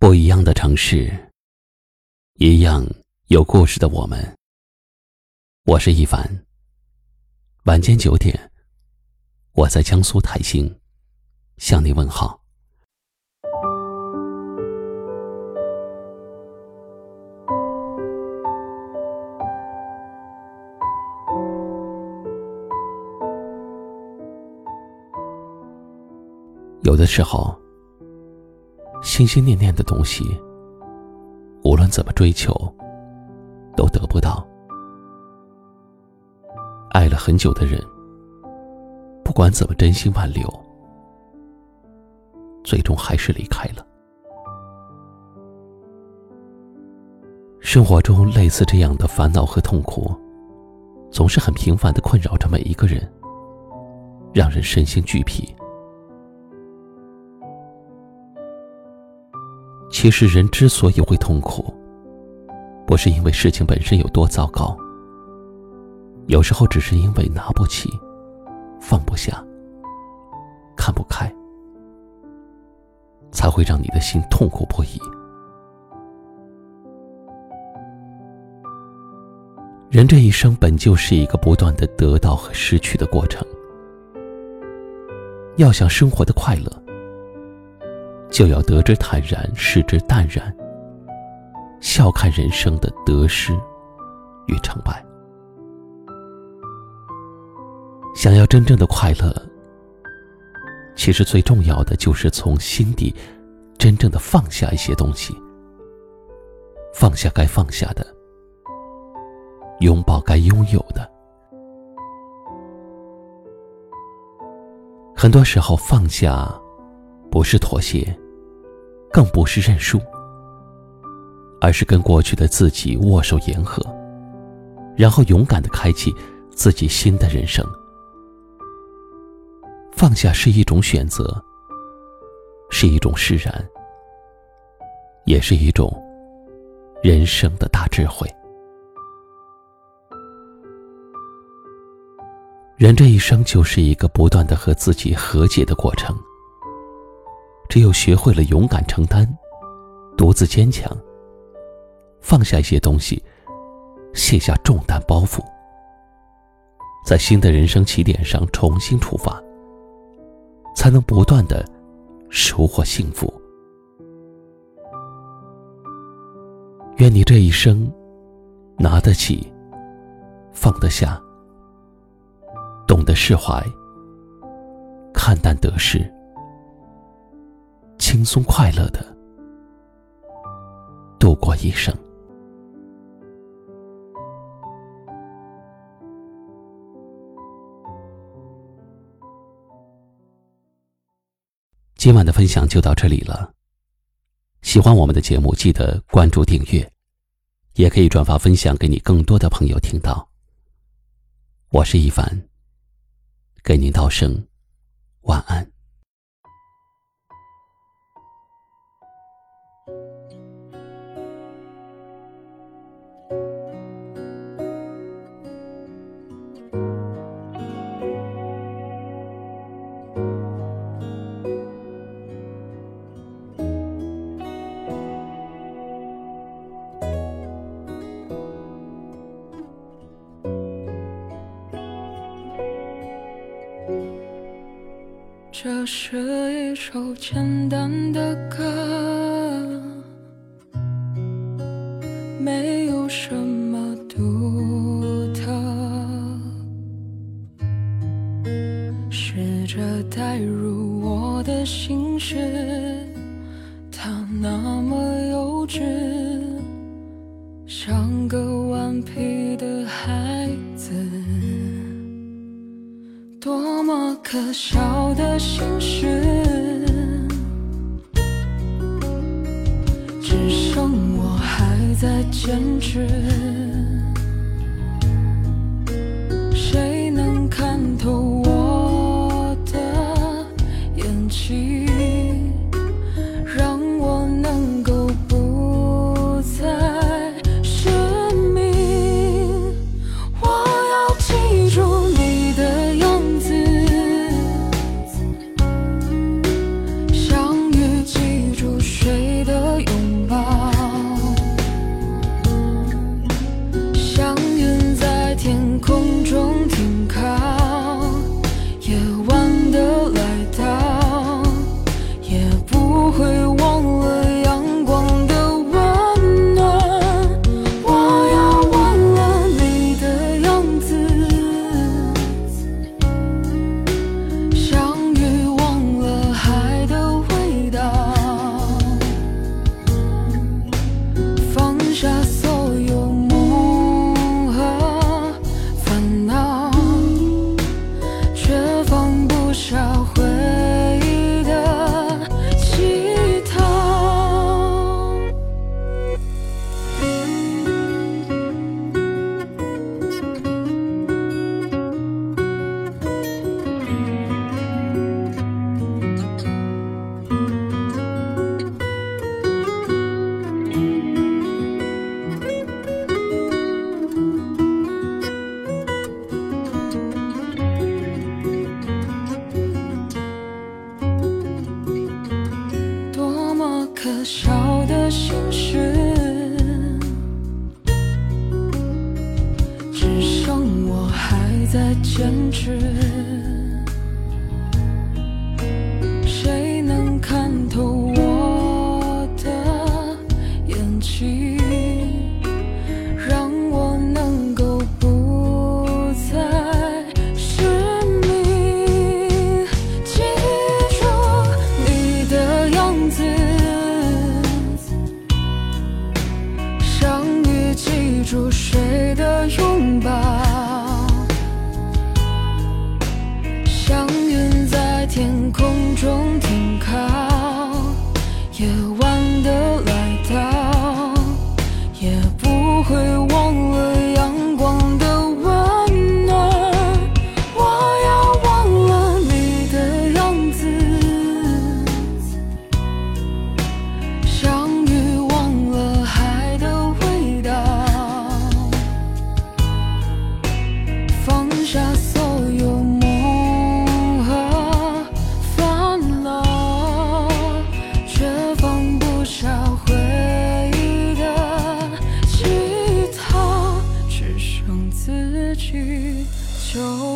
不一样的城市，一样有故事的我们。我是一凡，晚间9点，我在江苏泰兴向你问好。有的时候，心心念念的东西，无论怎么追求，都得不到。爱了很久的人，不管怎么真心挽留，最终还是离开了。生活中类似这样的烦恼和痛苦，总是很频繁地困扰着每一个人，让人身心俱疲。其实人之所以会痛苦，不是因为事情本身有多糟糕，有时候只是因为拿不起，放不下，看不开，才会让你的心痛苦不已。人这一生本就是一个不断的得到和失去的过程，要想生活的快乐，就要得之坦然，失之淡然，笑看人生的得失与成败。想要真正的快乐，其实最重要的就是从心底真正的放下一些东西，放下该放下的，拥抱该拥有的。很多时候放下不是妥协，更不是认输，而是跟过去的自己握手言和，然后勇敢地开启自己新的人生。放下是一种选择，是一种释然，也是一种人生的大智慧。人这一生就是一个不断地和自己和解的过程，只有学会了勇敢承担，独自坚强，放下一些东西，卸下重担包袱，在新的人生起点上重新出发，才能不断地收获幸福。愿你这一生拿得起，放得下，懂得释怀，看淡得失，轻松快乐地度过一生。今晚的分享就到这里了，喜欢我们的节目记得关注订阅，也可以转发分享给你更多的朋友听到。我是一凡，给您道声晚安。 这是一首简单的歌，没有什么独特，试着带入我的心事，它那么幼稚，像个顽皮的孩子，多么可笑的心事，只剩我还在坚持。谁能看透我的演技，让我能够不再失明？我要记住你的样子，相遇记住谁的拥可笑的心事，只剩我还在坚持。谁能看透我的眼睛，让我能够不再失明？记住你的样子，相遇记住谁的拥抱，像云在天空中停靠，夜晚的来到，也不会忘了阳光的温暖。我要忘了你的样子，相遇忘了海的味道，放下所有梦和烦恼，却放不下回忆的乞讨，只剩自己。